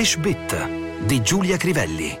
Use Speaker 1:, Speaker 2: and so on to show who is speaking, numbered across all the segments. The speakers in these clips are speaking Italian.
Speaker 1: English Bit di Giulia Crivelli.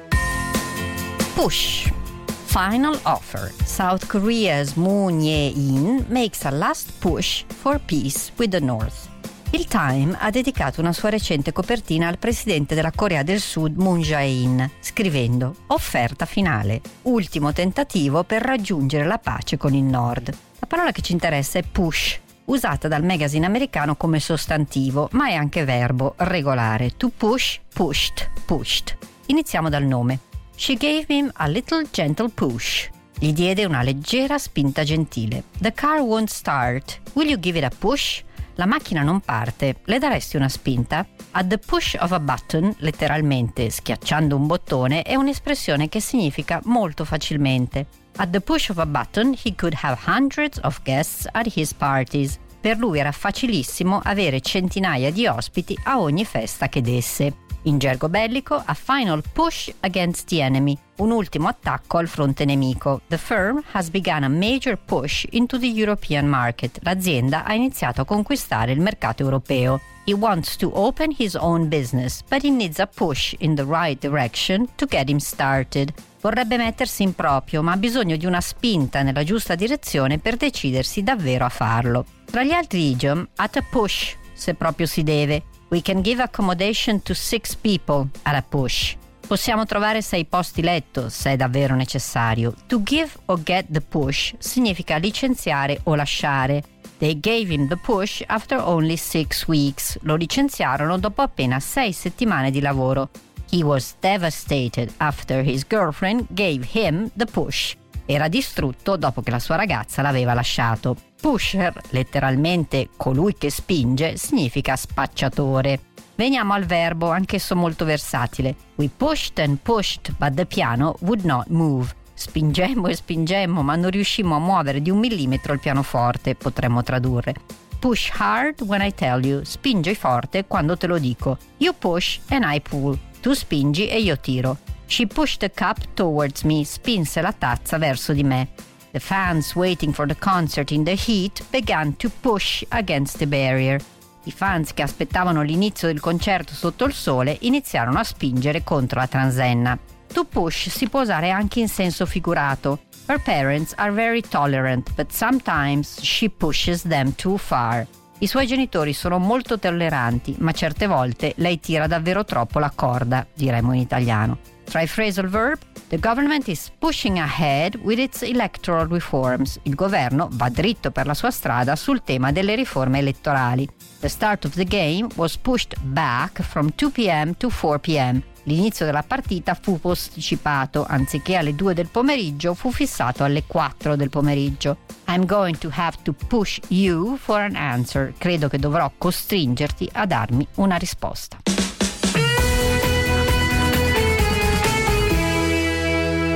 Speaker 2: Push. Final offer. South Korea's Moon Jae-in makes a last push for peace with the North. Il Time ha dedicato una sua recente copertina al presidente della Corea del Sud Moon Jae-in, scrivendo: offerta finale, ultimo tentativo per raggiungere la pace con il Nord. La parola che ci interessa è push, usata dal magazine americano come sostantivo, ma è anche verbo, regolare. To push, pushed, pushed. Iniziamo dal nome. She gave him a little gentle push. Gli diede una leggera spinta gentile. The car won't start. Will you give it a push? La macchina non parte, le daresti una spinta? At the push of a button, letteralmente schiacciando un bottone, è un'espressione che significa molto facilmente. At the push of a button, he could have hundreds of guests at his parties. Per lui era facilissimo avere centinaia di ospiti a ogni festa che desse. In gergo bellico, a final push against the enemy, un ultimo attacco al fronte nemico. The firm has begun a major push into the European market. L'azienda ha iniziato a conquistare il mercato europeo. He wants to open his own business, but he needs a push in the right direction to get him started. Vorrebbe mettersi in proprio, ma ha bisogno di una spinta nella giusta direzione per decidersi davvero a farlo. Tra gli altri idiom, at a push, se proprio si deve. We can give accommodation to 6 people at a push. Possiamo trovare 6 posti letto se è davvero necessario. To give or get the push significa licenziare o lasciare. They gave him the push after only 6 weeks. Lo licenziarono dopo appena 6 settimane di lavoro. He was devastated after his girlfriend gave him the push. Era distrutto dopo che la sua ragazza l'aveva lasciato. Pusher, letteralmente colui che spinge, significa spacciatore. Veniamo al verbo, anch'esso molto versatile. We pushed and pushed, but the piano would not move. Spingemmo e spingemmo, ma non riuscimmo a muovere di 1 millimetro il pianoforte, potremmo tradurre. Push hard when I tell you. Spingi forte quando te lo dico. You push and I pull. Tu spingi e io tiro. She pushed the cup towards me. Spinse la tazza verso di me. The fans waiting for the concert in the heat began to push against the barrier. I fans che aspettavano l'inizio del concerto sotto il sole iniziarono a spingere contro la transenna. To push si può usare anche in senso figurato. Her parents are very tolerant, but sometimes she pushes them too far. I suoi genitori sono molto tolleranti, ma certe volte lei tira davvero troppo la corda, diremmo in italiano. Tra i phrasal verb, the government is pushing ahead with its electoral reforms. Il governo va dritto per la sua strada sul tema delle riforme elettorali. The start of the game was pushed back from 2 p.m. to 4 p.m. L'inizio della partita fu posticipato, anziché alle 2 del pomeriggio fu fissato alle 4 del pomeriggio. I'm going to have to push you for an answer. Credo che dovrò costringerti a darmi una risposta.